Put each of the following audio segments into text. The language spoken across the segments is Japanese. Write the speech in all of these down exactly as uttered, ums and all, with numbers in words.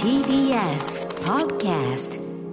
ティービーエス Podcast。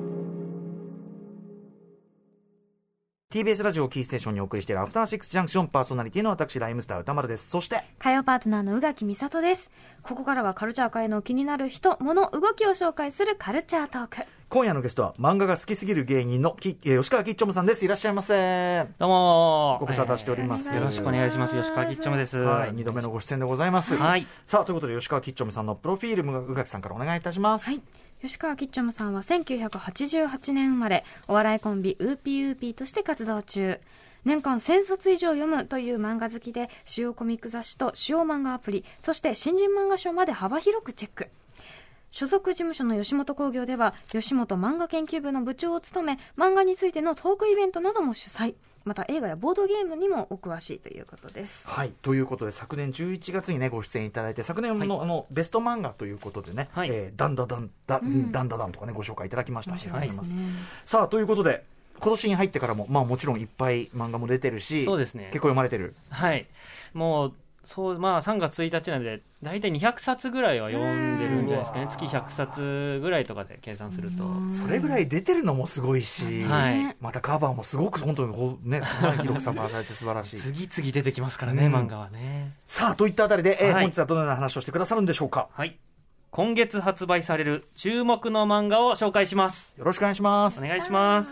ティービーエス ラジオキーステーションにお送りしているアフターシックスジャンクション、パーソナリティの私ライムスター歌丸です。そして火曜パートナーの宇垣美里です。ここからはカルチャー界の気になる人、物、動きを紹介するカルチャートーク。 今夜のゲストは漫画が好きすぎる芸人のき、えー、吉川きっちょむさんです。いらっしゃいませ。 どうもご無沙汰しております、 えー、よろしくお願いします。吉川きっちょむです。 はい、にどめのご出演でございます、 はい、さあということで吉川きっちょむさんのプロフィール、宇垣さんからお願いいたします。 はい、吉川きっちょむさんはせんきゅうひゃくはちじゅうはちねん生まれ、お笑いコンビウーピーウーピーとして活動中。年間せんさつ以上読むという漫画好きで、主要コミック雑誌と主要漫画アプリ、そして新人漫画賞まで幅広くチェック。所属事務所の吉本興業では吉本漫画研究部の部長を務め、漫画についてのトークイベントなども主催。また映画やボードゲームにもお詳しいということです。 はい、ということで昨年じゅういちがつにねご出演いただいて、昨年の、はい、あのベスト漫画ということでね、はい、えー、ダンダダンダ、うん、ダンダダンとかねご紹介いただきました。ありがとうございます。さあということで今年に入ってからも、まあ、もちろんいっぱい漫画も出てるし、 そうですね、 結構読まれてる。 はい、もうそう、まあ、さんがつついたちなんで大体にひゃくさつぐらいは読んでるんじゃないですかね。月ひゃくさつぐらいとかで計算すると、 それぐらい出てるのもすごいし、 はい、 またカバーもすごく本当にね、そんなに広くサバーされて素晴らしい次々出てきますからね、うん、漫画はね。 さあといったあたりで、えーはい、 本日はどのような話をしてくださるんでしょうか。 はい、今月発売される注目の漫画を紹介します。 よろしくお願いします。 お願いします。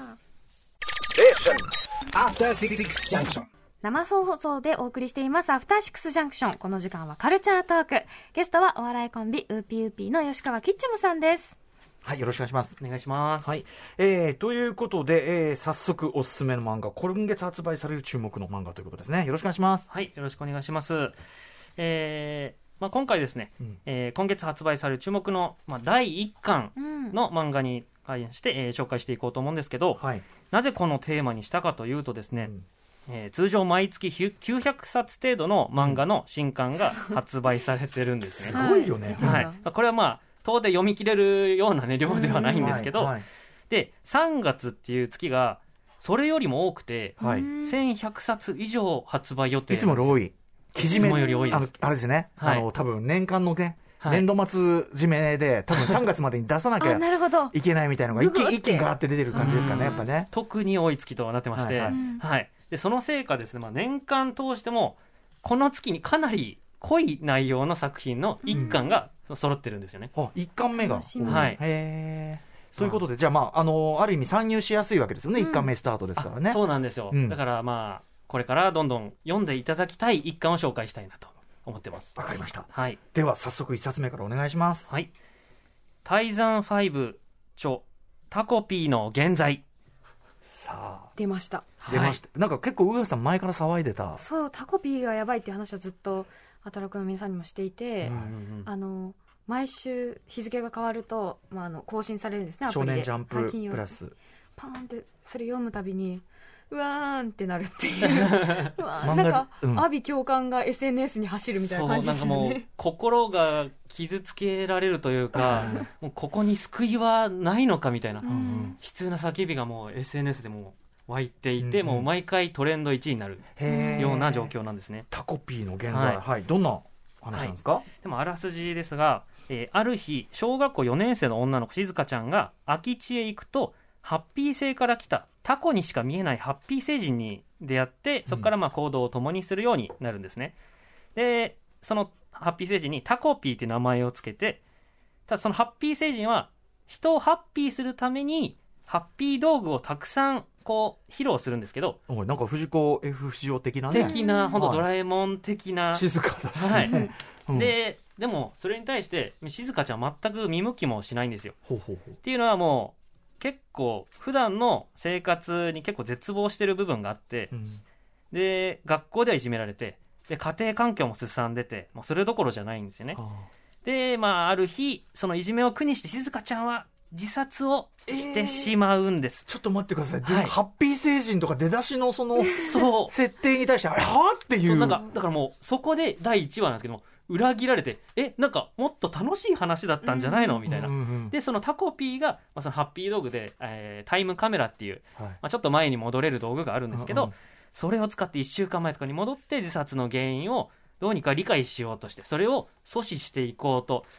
生放送でお送りしていますアフターシックスジャンクション。この時間はカルチャートーク。ゲストはお笑いコンビウーピーウーピーの吉川きっちょむさんです。 はい、よろしくお願いします。 お願いします。 はい、えー、ということで、えー、早速おすすめの漫画、今月発売される注目の漫画ということですね。よろしくお願いします。 はい、よろしくお願いします。えーまあ、今回ですね、うん、えー、今月発売される注目の、まあ、だいいっかんの漫画に関して、えー、紹介していこうと思うんですけど、はい、なぜこのテーマにしたかというとですね、うん、えー、通常毎月きゅうひゃくさつ程度の漫画の新刊が発売されてるんですね。 すごいよね、 はいはい、これはまあ到底読み切れるような、ね、量ではないんですけど、はいはい、でさんがつっていう月がそれよりも多くて、はい、せんひゃくさつ以上発売予定なんですよ。 いつもより多い、記事めより多いです。 あのあれですね、はい、あの多分年間のね、 はい、 年度末締めで多分さんがつまでに出さなきゃいけないみたいなのが一気一気にガーって出てる感じですかね、やっぱね。 特に多い月となってまして、はいはいはい、でそのせいかですね、まあ、年間通してもこの月にかなり濃い内容の作品のいっかんが揃ってるんですよね、 うん、あいっかんめが、 はい、 へー、ということで、じゃあ、まあ、あのある意味参入しやすいわけですよね、うん、いっかんめスタートですからね。 そうなんですよ、うん、だからまあこれからどんどん読んでいただきたいいっかんを紹介したいなと思ってます。 わかりました、 はい、 では早速いっさつめからお願いします。 はい、タイザンファイブ著タコピーの現在。 さあ出ました、 出ました、はい、なんか結構上垣さん前から騒いでた。 そう、タコピーがやばいっていう話はずっと働くの皆さんにもしていて、うんうんうん、あの毎週日付が変わると、まあ、あの更新されるんですね、アプリで。 少年ジャンププラスパーンってそれ読むたびにうわーんってなるっていううわなんか、うん、阿鼻共感が エスエヌエス に走るみたいな感じですよね。 そう、なんかもう心が傷つけられるというかもうここに救いはないのかみたいな、うん、悲痛な叫びがもう エスエヌエス でも湧いていて、うんうん、もう毎回トレンドいちいになるような状況なんですね。 タコピーの現在、はいはい、どんな話なんですか。はい、 でもあらすじですが、えー、ある日小学校よねん生の女の子静香ちゃんが空き地へ行くとハッピー星から来たタコにしか見えないハッピー星人に出会って、そこからまあ行動を共にするようになるんですね。でそのハッピー星人にタコピーって名前をつけて、ただそのハッピー星人は人をハッピーするためにハッピー道具をたくさんこう披露するんですけど、 おいなんか藤子 F 不二雄的なね、 的な本当ドラえもん的な、 はい、静かだし、 はい、 うん、 ででもそれに対して静香ちゃんは全く見向きもしないんですよ。 ほうほうほう。 っていうのはもう結構普段の生活に結構絶望してる部分があって、うん、で学校ではいじめられて、で家庭環境もすさんでて、もうそれどころじゃないんですよね。はあ、で、まあ、ある日そのいじめを苦にして静香ちゃんは自殺をしてしまうんです。 えー、ちょっと待ってください、はい、ハッピー星人とか出だしのそのそう設定に対してあれはっていう、 そうなんかだからもうそこでだいいちわなんですけども、裏切られて、えなんかもっと楽しい話だったんじゃないの、うん、みたいな、うんうん、でそのタコピーが、まあ、そのハッピー道具で、えー、タイムカメラっていう、はい、まあ、ちょっと前に戻れる道具があるんですけど、うんうん、それを使っていっしゅうかんまえとかに戻って自殺の原因をどうにか理解しようとして、それを阻止していこうと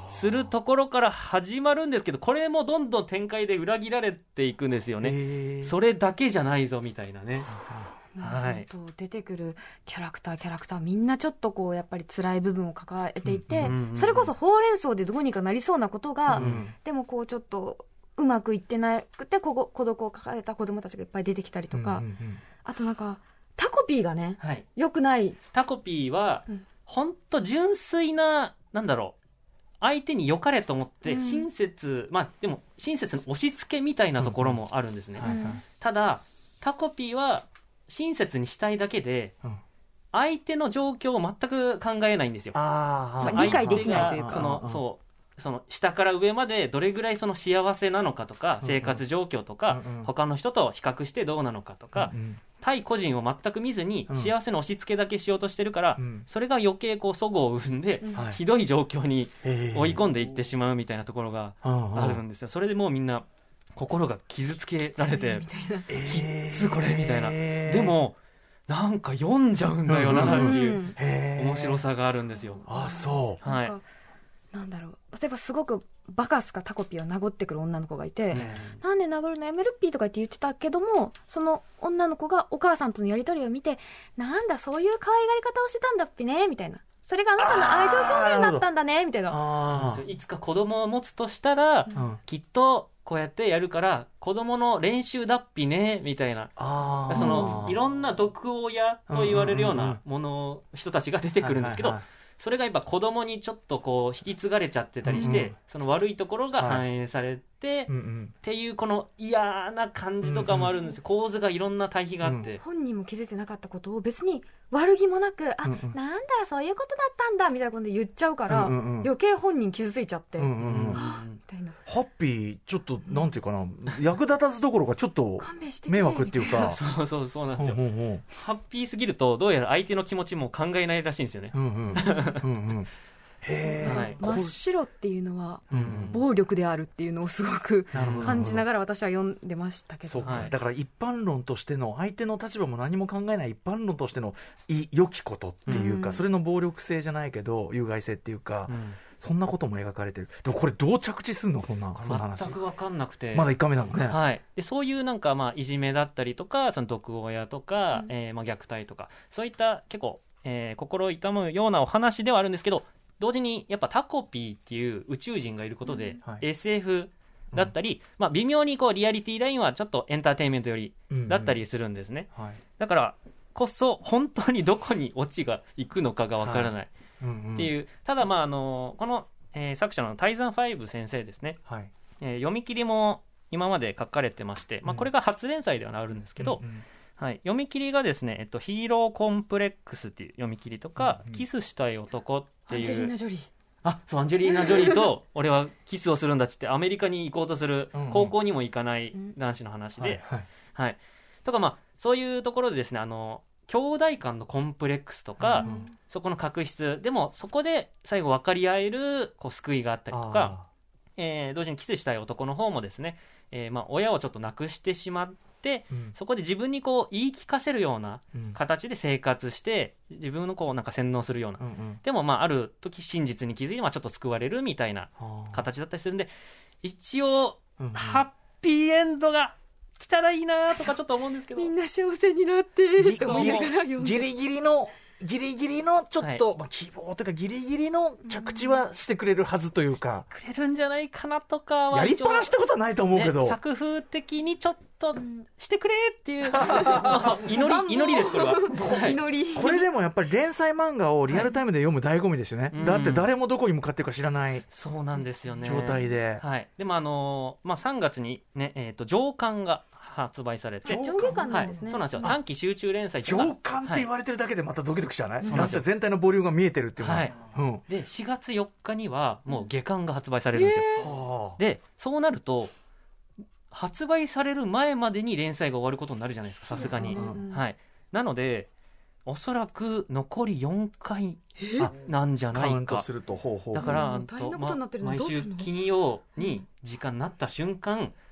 するところから始まるんですけど、これもどんどん展開で裏切られていくんですよね。それだけじゃないぞみたいなね。 はい、出てくるキャラクターキャラクターみんなちょっとこうやっぱり辛い部分を抱えていて、うんうんうん、それこそほうれん草でどうにかなりそうなことが、うん、でもこうちょっとうまくいってなくてここ孤独を抱えた子どもたちがいっぱい出てきたりとか、うんうんうん、あとなんかタコピーがね、はい、よくない。 タコピーは本当純粋な、なんだろう、相手に良かれと思って親切、うん、まあでも親切の押し付けみたいなところもあるんですね、うんうんはいはい、ただタコピーは親切にしたいだけで、うん、相手の状況を全く考えないんですよ。 あ理解できないというか、 そのそうその下から上までどれぐらいその幸せなのかとか、生活状況とか、うんうん、他の人と比較してどうなのかとか、うんうん、対個人を全く見ずに幸せの押し付けだけしようとしてるから、うん、それが余計こう齟齬を生んで、うん、ひどい状況に追い込んでいってしまうみたいなところがあるんですよ。それでもうみんな心が傷つけられて、きつこれみたいな、でもなんか読んじゃうんだよなっていう面白さがあるんですよ。 あ、そう。 はい。なんだろう、例えばすごくバカスカタコピーを殴ってくる女の子がいて、ね、なんで殴るのやめるっぴーとか言って言ってたけども、その女の子がお母さんとのやり取りを見て、なんだそういう可愛がり方をしてたんだっぴねみたいな、それがあなたの愛情表現だったんだねみたいな。 あそうですよ。いつか子供を持つとしたら、うん、きっとこうやってやるから子供の練習だっぴねみたいな、あそのいろんな毒親と言われるようなもの人たちが出てくるんですけど、それがやっぱ子供にちょっとこう引き継がれちゃってたりして、うんうん、その悪いところが反映されて、はいうんうん、っていうこの嫌な感じとかもあるんですよ、うんうん、構図がいろんな対比があって、 うん、本人も気づいてなかったことを別に悪気もなく、あ、うんうん、なんだそういうことだったんだみたいなことで言っちゃうから、うんうんうん、余計本人傷ついちゃって、うんうんうん、はみたいな。 ハッピーちょっとなんていうかな、役立たずどころかちょっと迷惑っていうかそうそうそうなんですよ、うんうんうん、ハッピーすぎるとどうやら相手の気持ちも考えないらしいんですよね、うんうんうんうんへー、はい、真っ白っていうのは暴力であるっていうのをすごく感じながら私は読んでましたけど、 そうか、はい、だから一般論としての相手の立場も何も考えない一般論としてのい良きことっていうか、うん、それの暴力性じゃないけど有害性っていうか、うん、そんなことも描かれてる。でもこれどう着地するのこんなそんな話全く分かんなくて、 まだいっかいめなのね、 はい、でそういうなんかまあいじめだったりとかその毒親とか、うんえー、まあ虐待とかそういった結構、えー、心痛むようなお話ではあるんですけど、同時にやっぱタコピーっていう宇宙人がいることで、うんはい、エスエフ だったり、うんまあ、微妙にこうリアリティラインはちょっとエンターテインメントよりだったりするんですね、うんうんはい、だからこそ本当にどこにオチが行くのかがわからない、はいうんうん、っていう。ただまああのこの、えー、作者のタイザンファイブ先生ですね、はいえー、読み切りも今まで書かれてまして、まあ、これが初連載ではあるんですけど、うんうんはい、読み切りがですね、えっと、ヒーローコンプレックスっていう読み切りとか、うんうん、キスしたい男っていうアンジェリーナ・ジョリーあそうアンジェリーナ・ジョリーと俺はキスをするんだって言ってアメリカに行こうとする、うんうん、高校にも行かない男子の話で、うんはいはいはい、とかまあそういうところでですね、あの兄弟間のコンプレックスとか、うん、そこの確執でもそこで最後分かり合えるこう救いがあったりとか、えー、同時にキスしたい男の方もですね、えーまあ、親をちょっと亡くしてしまってでうん、そこで自分にこう言い聞かせるような形で生活して、うん、自分のこうなんか洗脳するような、うんうん、でもまあある時真実に気づいてまあちょっと救われるみたいな形だったりするんで、一応、うんうん、ハッピーエンドが来たらいいなとかちょっと思うんですけどみんな幸せになってギリギリのギリギリのちょっと、はいまあ、希望というかギリギリの着地はしてくれるはずというか、 うん、くれるんじゃないかなとかはやりっぱなしってことはないと思うけど、 ね、作風的にちょっとしてくれっていう祈り祈りですこれは、はい、祈りこれでもやっぱり連載漫画をリアルタイムで読む醍醐味ですよね、はい、だって誰もどこに向かってるか知らないそうなんですよね状態で、 はい、でもあのーまあ、さんがつに、ねえー、と上巻が発売されて上下巻なんですね、 はい、そうなんですよ。短期集中連載とか上巻って言われてるだけでまたドキドキしちゃない、はい、だって全体のボリュームが見えてるっていうのは、はいうん、 でしがつよっかにはもう下巻が発売されるんですよ、でそうなると発売される前までに連載が終わることになるじゃないですか、さすがに、うんはい、なのでおそらく残りよんかいなんじゃないか、カウントするとほうほうだから、うんま、毎週金曜に時間になった瞬間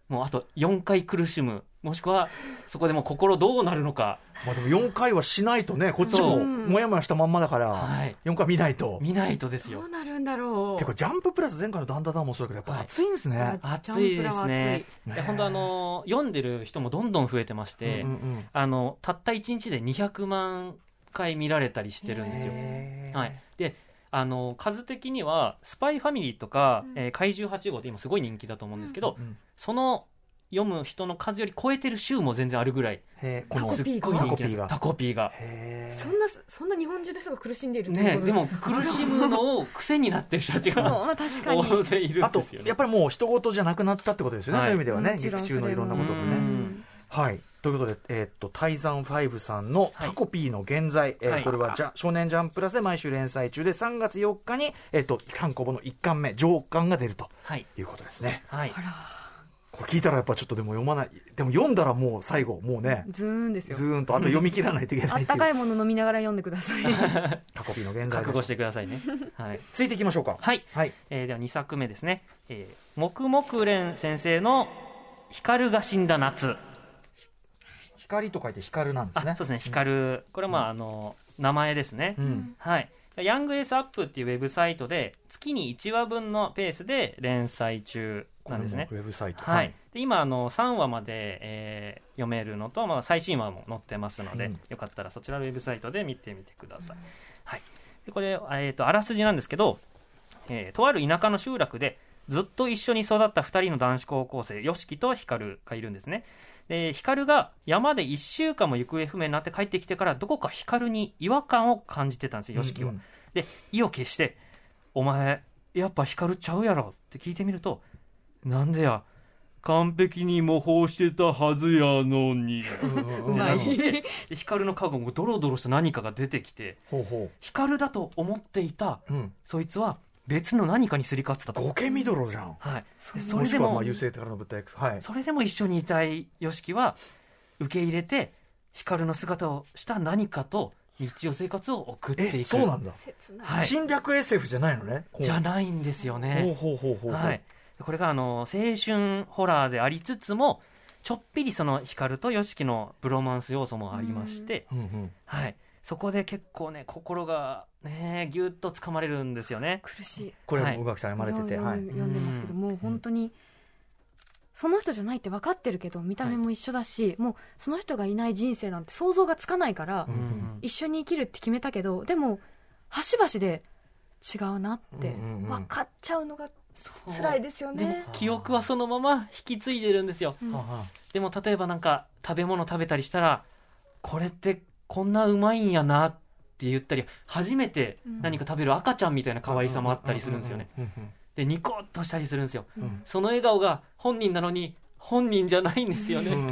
もうあとよんかい苦しむ、もしくはそこでもう心どうなるのか。 まあでもよんかいはしないとね、こっちももやもやしたまんまだから、はい、よんかい見ないと見ないとですよ。 どうなるんだろう。 てかジャンププラス前回のダンダダンもそうだけど、やっぱ熱いんですね、はい、 熱いですね。本当あの読んでる人もどんどん増えてまして、うんうんうん、あのたったいちにちでにひゃくまんかい見られたりしてるんですよ。はい、であの数的にはスパイファミリーとか、うんえー、怪獣はち号って今すごい人気だと思うんですけど、うんうん、その読む人の数より超えてる週も全然あるぐらい、 タコピーがすっごい人気なんですよ。タコピーがそんなそんな日本中の人が苦しんでいるっていうこと、 ね、でも苦しむのを癖になってる人たちが確かに大勢いるんですよね。 あとやっぱりもう人事じゃなくなったってことですよね、はい、そういう意味ではね、劇中のいろんなこともね。はい、ということで、えー、っとタイザンファイブさんのタコピーの現在、はいえー、これはじゃ少年ジャンププラスで毎週連載中で、さんがつよっかに、えー、っと単行本のいっかんめ上巻が出るということですね。はい、はい、これ聞いたらやっぱちょっとでも読まない、でも読んだらもう最後もうねズーンですよ。 ズーンとあと読み切らないといけないっていうあったかいもの飲みながら読んでくださいタコピーの現在覚悟してくださいね、はい、 ついていきましょうか。 はい、はいえー、ではにさくめですね、えー、黙々蓮先生の光が死んだ夏。 光と書いて光なんですね。 そうですね、光、うん、これはまああの名前ですね、うんはい、ヤングエースアップっていうウェブサイトで月にいちわぶんのペースで連載中なんですね。 ウェブサイト、 はい、で今あのさんわまで、えー、読めるのと、まあ、最新話も載ってますので、うん、よかったらそちらのウェブサイトで見てみてください、うんはい、でこれ、えーと、あらすじなんですけど、えー、とある田舎の集落でずっと一緒に育ったふたりの男子高校生、ヨシキとヒカルがいるんですね。でヒカルが山でいっしゅうかんも行方不明になって帰ってきてから、どこかヒカルに違和感を感じてたんですよ、ヨシキは、うんうん、で意を決して、お前やっぱヒカルちゃうやろって聞いてみると、なんでや完璧に模倣してたはずやのにうまいでヒカルのカゴもドロドロした何かが出てきて、ほうほうヒカルだと思っていた、うん、そいつは別の何かにすり替わってたと。 ゴケミドロじゃん、 はい、 でそれでも優勢からの物体 X、はい、 それでも一緒にいたいヨシキは受け入れて、ヒカルの姿をした何かと日常生活を送っていく。 えそうなんだ、 はい、 侵略 エスエフ じゃないのね。 じゃないんですよね。 ほうほうほうほう、 はい、これがあの青春ホラーでありつつも、ちょっぴりそのヒカルとヨシキのブロマンス要素もありまして、うんうん、はい、そこで結構ね心がねぎゅっとつかまれるんですよね。 苦しい。 これも宇垣さん読まれてて、 はい、読んでますけど、もう本当にその人じゃないって分かってるけど見た目も一緒だし、はい、もうその人がいない人生なんて想像がつかないから、うんうん、一緒に生きるって決めたけど、でも端々で違うなって分かっちゃうのが辛いですよね。 でも記憶はそのまま引き継いでるんですよ、うん、でも例えばなんか食べ物食べたりしたら、これってこんなうまいんやなって言ったり、初めて何か食べる赤ちゃんみたいな可愛さもあったりするんですよね。でニコッとしたりするんですよ、うん、その笑顔が本人なのに本人じゃないんですよね、うんうんうん、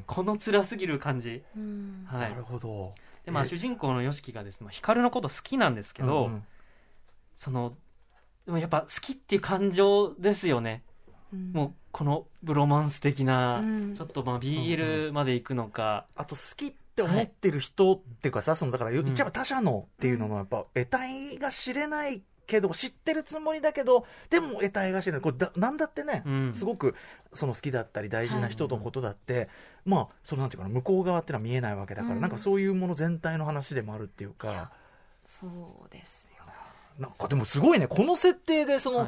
この辛すぎる感じ、うんはい、 なるほど。 で、まあ、主人公のヨシキがですね、ヒカルのこと好きなんですけど、うんうん、そのでもやっぱ好きっていう感情ですよね、うん、もうこのブロマンス的な、うん、ちょっとまあ ビーエル まで行くのか、 うんうん、あと好きって思ってる人っていうかさ、はい、そのだから言っちゃえば他者のっていうののやっぱ得体が知れないけど、知ってるつもりだけどでも得体が知れない、これだなんだってね、うん、すごくその好きだったり大事な人のことだって、はい、まあそのなんていうかな、向こう側っていうのは見えないわけだから、うん、なんかそういうもの全体の話でもあるっていうか、 そうですよ。 なんかでもすごいね、この設定でその、はい、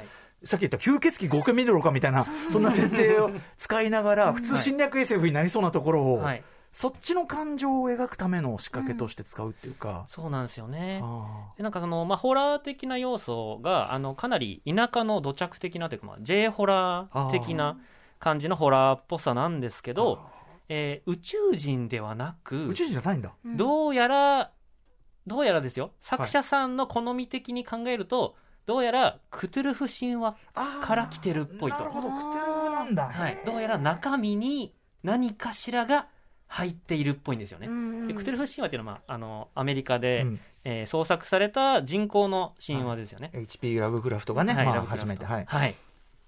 さっき言った吸血鬼ゴケミドロかみたいなそんな設定を使いながら普通侵略 エスエフ になりそうなところを、はい、そっちの感情を描くための仕掛けとして使うっていうか、うん、 そうなんですよね。でなんかその、まあ、ホラー的な要素があのかなり田舎の土着的なというか、まあ、J ホラー的な感じのホラーっぽさなんですけど、えー、宇宙人ではなく、 宇宙人じゃないんだ、 どうやらどうやらですよ、作者さんの好み的に考えると、はい、どうやらクトゥルフ神話から来てるっぽいと。 なるほど、クトゥルフなんだ、 はい、どうやら中身に何かしらが入っているっぽいんですよね。でクトゥルフ神話っていうのは、まあ、あのアメリカで、うんえー、創作された人工の神話ですよね。 エイチピー ラブクラフトがね、はいまあ、初めて、はいはい、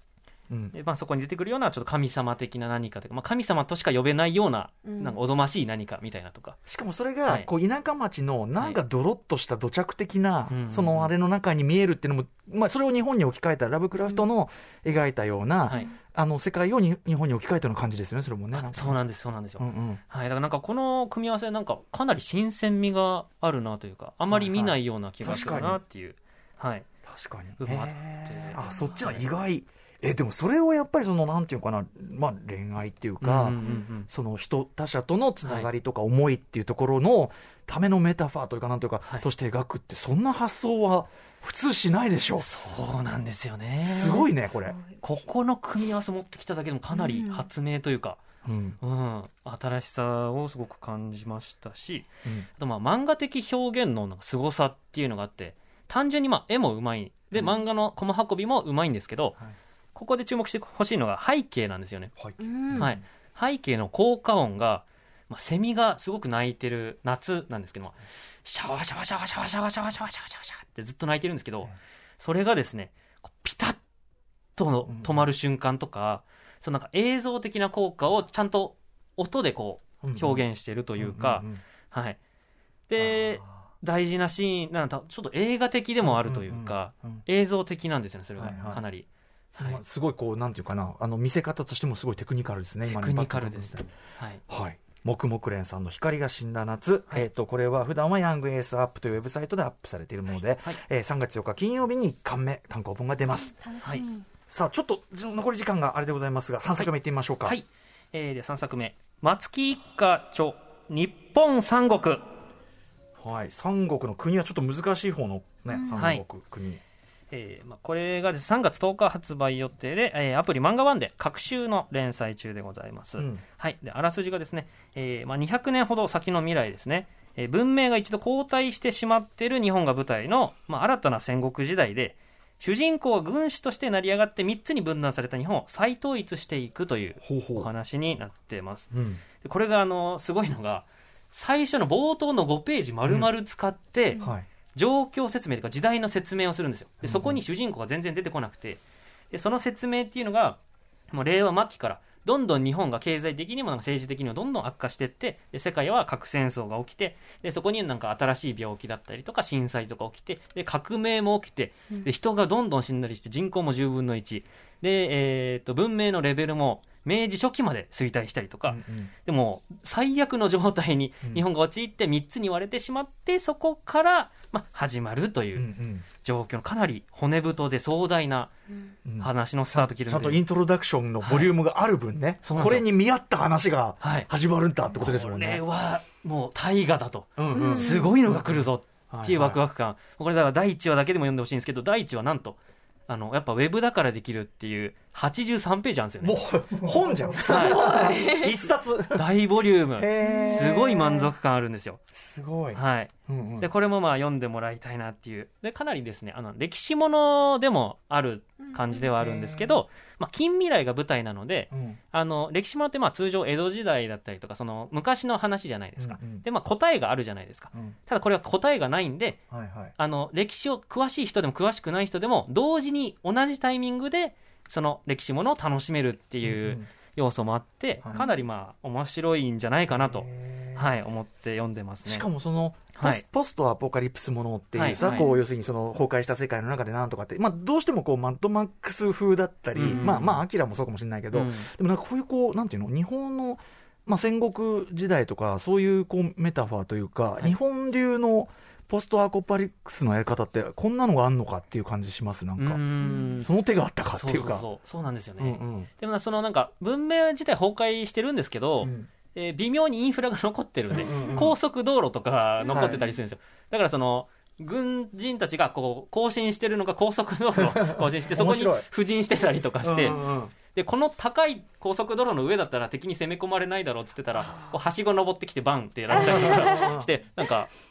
うん、 でまあ、そこに出てくるようなちょっと神様的な何かというか、まあ、神様としか呼べないような、うん、なんかおぞましい何かみたいなとか、 しかもそれがこう田舎町のなんかドロッとした土着的な、はい、そのあれの中に見えるっていうのも、まあ、それを日本に置き換えたラブクラフトの描いたような、うんはい、あの世界をに日本に置き換えたような感じですよね、それもね。 そうなんですそうなんですよ、 うんうんはい、だからなんかこの組み合わせなんかかなり新鮮味があるなというか、あまり見ないような気がするなっていう、はいはい、 確かに部分あって、 あそっちは意外、えでもそれをやっぱりそのなんていうかな、まあ、恋愛っていうか、うんうんうん、その人他者とのつながりとか思いっていうところのためのメタファーというかなんというか、はい、として描くって、そんな発想は普通しないでしょ。 そうなんですよね。 すごいねこれ。 ここの組み合わせ持ってきただけでもかなり発明というか、うんうん、新しさをすごく感じましたし、うん、あとまあ漫画的表現のなんか凄さっていうのがあって、単純にまあ絵もうまいで、うん、漫画の駒運びもうまいんですけど、はい、ここで注目してほしいのが背景なんですよね。 はいはい、背景の効果音が、まあ、セミがすごく鳴いてる夏なんですけども、シャワシャワシャワシャワシャワシャワシャワシャワシャワシャワってずっと鳴いてるんですけど、それがですねピタッと止まる瞬間とか、そのなんか映像的な効果をちゃんと音でこう表現しているというか、はい、で大事なシーンなんかちょっと映画的でもあるというか、うんうんうん、映像的なんですよね、それがかなり、 はいはい、すごいこうなんていうかな、あの見せ方としてもすごいテクニカルですね。 テクニカルです、 はいはい、黙々連さんの光が死んだ夏、はい、えー、とこれは普段はヤングエースアップというウェブサイトでアップされているもので、はいはい、えー、さんがつよっか金曜日にいっかんめ単行本が出ます、はい、さあちょっと残り時間があれでございますがさんさくめいってみましょうか。 はいはい、えー、でさんさくめ松木一家著日本三国、 はい、三国の国はちょっと難しい方の、ね、うん、三国国、はい、 えーまあ、これがさんがつとおか発売予定で、えー、アプリ漫画ワンで各週の連載中でございます、うん、はい、であらすじがですね、えーまあ、にひゃくねんほど先の未来ですね、えー、文明が一度後退してしまっている日本が舞台の、まあ、新たな戦国時代で、主人公は軍師として成り上がってみっつに分断された日本を再統一していくというお話になっています。 ほうほう、うん、 でこれがあのすごいのが、最初の冒頭のごページ丸々使って、うん、はい、状況説明というか時代の説明をするんですよ。でそこに主人公が全然出てこなくて、でその説明っていうのがもう令和末期からどんどん日本が経済的にもなんか政治的にもどんどん悪化していって、で世界は核戦争が起きて、でそこになんか新しい病気だったりとか震災とか起きて、で革命も起きて、で人がどんどん死んだりして人口もじゅうぶんのいちで、えー、と文明のレベルも明治初期まで衰退したりとか、うんうん、でも最悪の状態に日本が陥ってみっつに割れてしまって、そこから、ま、始まるという状況のかなり骨太で壮大な話のスタート切るので、 ちゃんとイントロダクションのボリュームがある分ね、はい、これに見合った話が始まるんだってことですもんね、 はい、これはもう大河だと、うんうん、すごいのが来るぞっていうワクワク感、はいはい、これだからだいいちわだけでも読んでほしいんですけど、だいいちわなんとあのやっぱウェブだからできるっていうはちじゅうさんページあるんですよね。 もう本じゃん、はい、一冊大ボリューム、すごい満足感あるんですよ。 すごい、 はい、うんうん、でこれもまあ読んでもらいたいなっていう、でかなりですね、あの歴史ものでもある感じではあるんですけど、まあ、近未来が舞台なので、うん、あの歴史ものってまあ通常江戸時代だったりとかその昔の話じゃないですか、うんうん、でまあ、答えがあるじゃないですか、うん、ただこれは答えがないんで、はいはい、あの歴史を詳しい人でも詳しくない人でも同時に同じタイミングでその歴史ものを楽しめるっていう要素もあって、うんうん、かなりまあ面白いんじゃないかなと、はい、思って読んでますね。 しかもそのポス、はい、ポストアポカリプスものっていうさ、はい、こう要するにその崩壊した世界の中でなんとかって、まあ、どうしてもこうマッドマックス風だったり、うん、まあまあアキラもそうかもしれないけど、うん、でもなんかこういうこうなんていうの、日本の、まあ、戦国時代とかそういうこうメタファーというか、はい、日本流のポストアコパリクスのやり方ってこんなのがあるのかっていう感じします。なんかうんその手があったかっていうか、 そうそうそう、そうなんですよね、うんうん、でもそのなんか文明自体崩壊してるんですけど、うん、えー、微妙にインフラが残ってるんで、うんうん、高速道路とか残ってたりするんですよ、はい、だからその軍人たちがこう更新してるのが高速道路を更新してそこに布陣してたりとかして、うんうんうん、でこの高い高速道路の上だったら敵に攻め込まれないだろうって言ってたらこうはしご登ってきてバンってやられたりとかしてなんか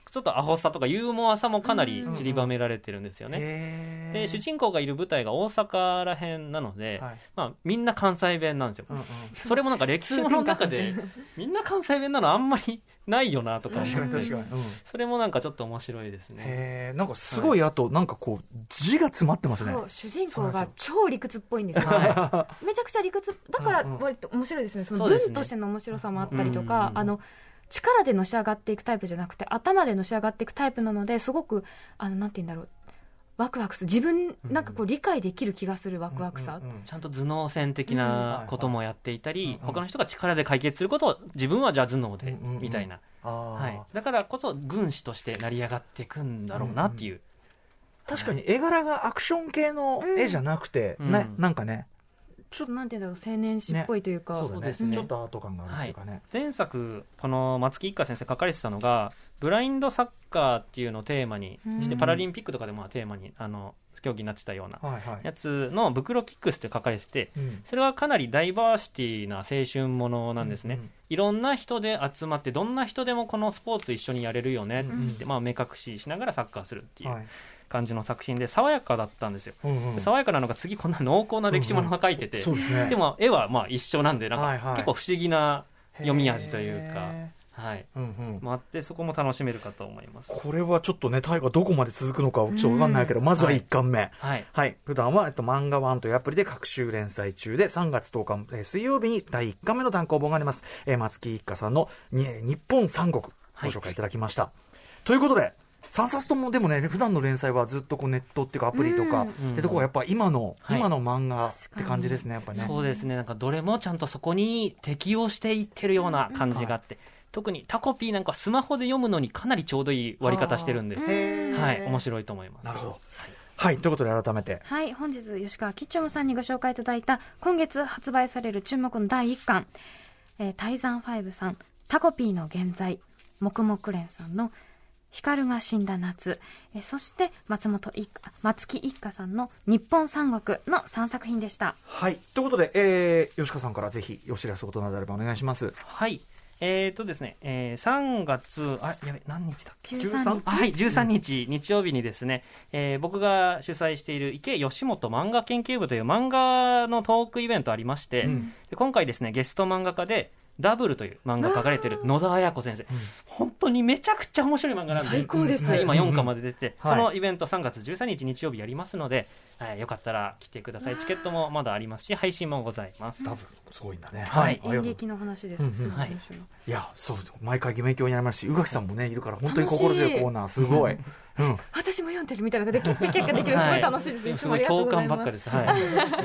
ちょっとアホさとかユーモアさもかなり散りばめられてるんですよね、 うんうん、 で主人公がいる舞台が大阪らへんなので、はい、まあ、みんな関西弁なんですよ、うんうん、それもなんか歴史の中でみんな関西弁なのあんまりないよなとか、 確かに確かに、うん、 それもなんかちょっと面白いですね。 へー、なんかすごい、あとなんかこう字が詰まってますね。 そう、主人公が超理屈っぽいんですよねめちゃくちゃ理屈だから割と面白いですね。その文としての面白さもあったりとか、あの力でのし上がっていくタイプじゃなくて頭でのし上がっていくタイプなので、すごくあのなんて言うんだろう、ワクワクする、自分なんかこう理解できる気がするワクワクさ、うんうんうん、 ちゃんと頭脳戦的なこともやっていたり、うんはいはい、他の人が力で解決することを自分はじゃあ頭脳で、うんうんうん、みたいな、はい、だからこそ軍師として成り上がっていくんだろうなっていう、うんうん、 確かに絵柄がアクション系の絵じゃなくて、うんね、なんかねちょっとなんていうんだろう、青年誌っぽいというか、 ね、そうですね、ちょっとアート感があるというかね、はい、 前作この松木一家先生書かれてたのがブラインドサッカーっていうのをテーマにして、うん、パラリンピックとかでもテーマにあの競技になってたようなやつの袋キックスって書かれてて、うん、それはかなりダイバーシティな青春ものなんですね、うんうん、いろんな人で集まってどんな人でもこのスポーツ一緒にやれるよねって、うん、まあ、目隠ししながらサッカーするっていう、はい感じの作品で爽やかだったんですよ、うんうん、爽やかなのが次こんな濃厚な歴史ものが書いてて、うんうん で, ね、でも絵はまあ一緒なんでなんか結構不思議な読み味というか、はいうんうんまあ、あってそこも楽しめるかと思います。 これはちょっとね大河どこまで続くのかちょっと分かんないけど、まずはいっかんめ、はいはいはい、普段は、えっと、漫画ワンというアプリで各週連載中でさんがつとおか、えー、水曜日にだいいっかんめの単行本があります、えー、松木一家さんのに日本三国ご紹介いただきました、はい、ということでさんさつともでもね普段の連載はずっとこうネットっていうかアプリとかってとこはやっぱ今の、うん、今の漫画って感じですね、やっぱね。 そうですね、なんかどれもちゃんとそこに適応していってるような感じがあって、うん、特にタコピーなんかスマホで読むのにかなりちょうどいい割り方してるんで、はい、面白いと思います。 なるほど、はいはい、ということで改めて、 はい、本日吉川吉兆さんにご紹介いただいた今月発売される注目のだいいっかん、えー、タイザンファイブさんタコピーの現在、黙々連さんの光が死んだ夏、えそして松本一家松木一家さんの日本三国のさんさく品でした。 はい、ということで、えー、吉川さんからぜひお知らせことなどあればお願いします。 はい、えーとですね、えー、さんがつあやべ何日だっけじゅうさんにち、 はい、じゅうさんにち、うん、日曜日にですね、えー、僕が主催している池吉本漫画研究部という漫画のトークイベントありまして、うん、で今回ですねゲスト漫画家でダブルという漫画描かれている野田綾子先生、うん、本当にめちゃくちゃ面白い漫画なんで最高です、 はい、今よんかまで出て、うん、そのイベントさんがつじゅうさんにち日曜日やりますので、はい、よかったら来てください。チケットもまだありますし配信もございます。 ダブルすごいんだね、 はい、演劇の話です、うんうんはい、 いやそう毎回勉強になりますし宇垣さんもねいるから本当に心強いコーナーすごいうん、 私も読んでるみたいなのができて結果できるすごい楽しいです、はい、 すごい共感ばっかです、はい、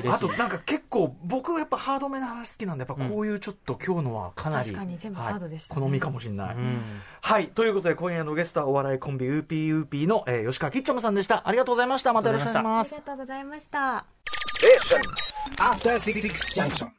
あとなんか結構僕はやっぱハードめな話好きなんでやっぱこういうちょっと今日のはかなり、 確かに全部ハードでした、ねはい、好みかもしれない、うん、はいということで今夜のゲストはお笑いコンビウーピーウーピーの、えー、吉川きっちょむさんでした。ありがとうございました。またよろしくお願いします。 ありがとうございました。 After Six Junction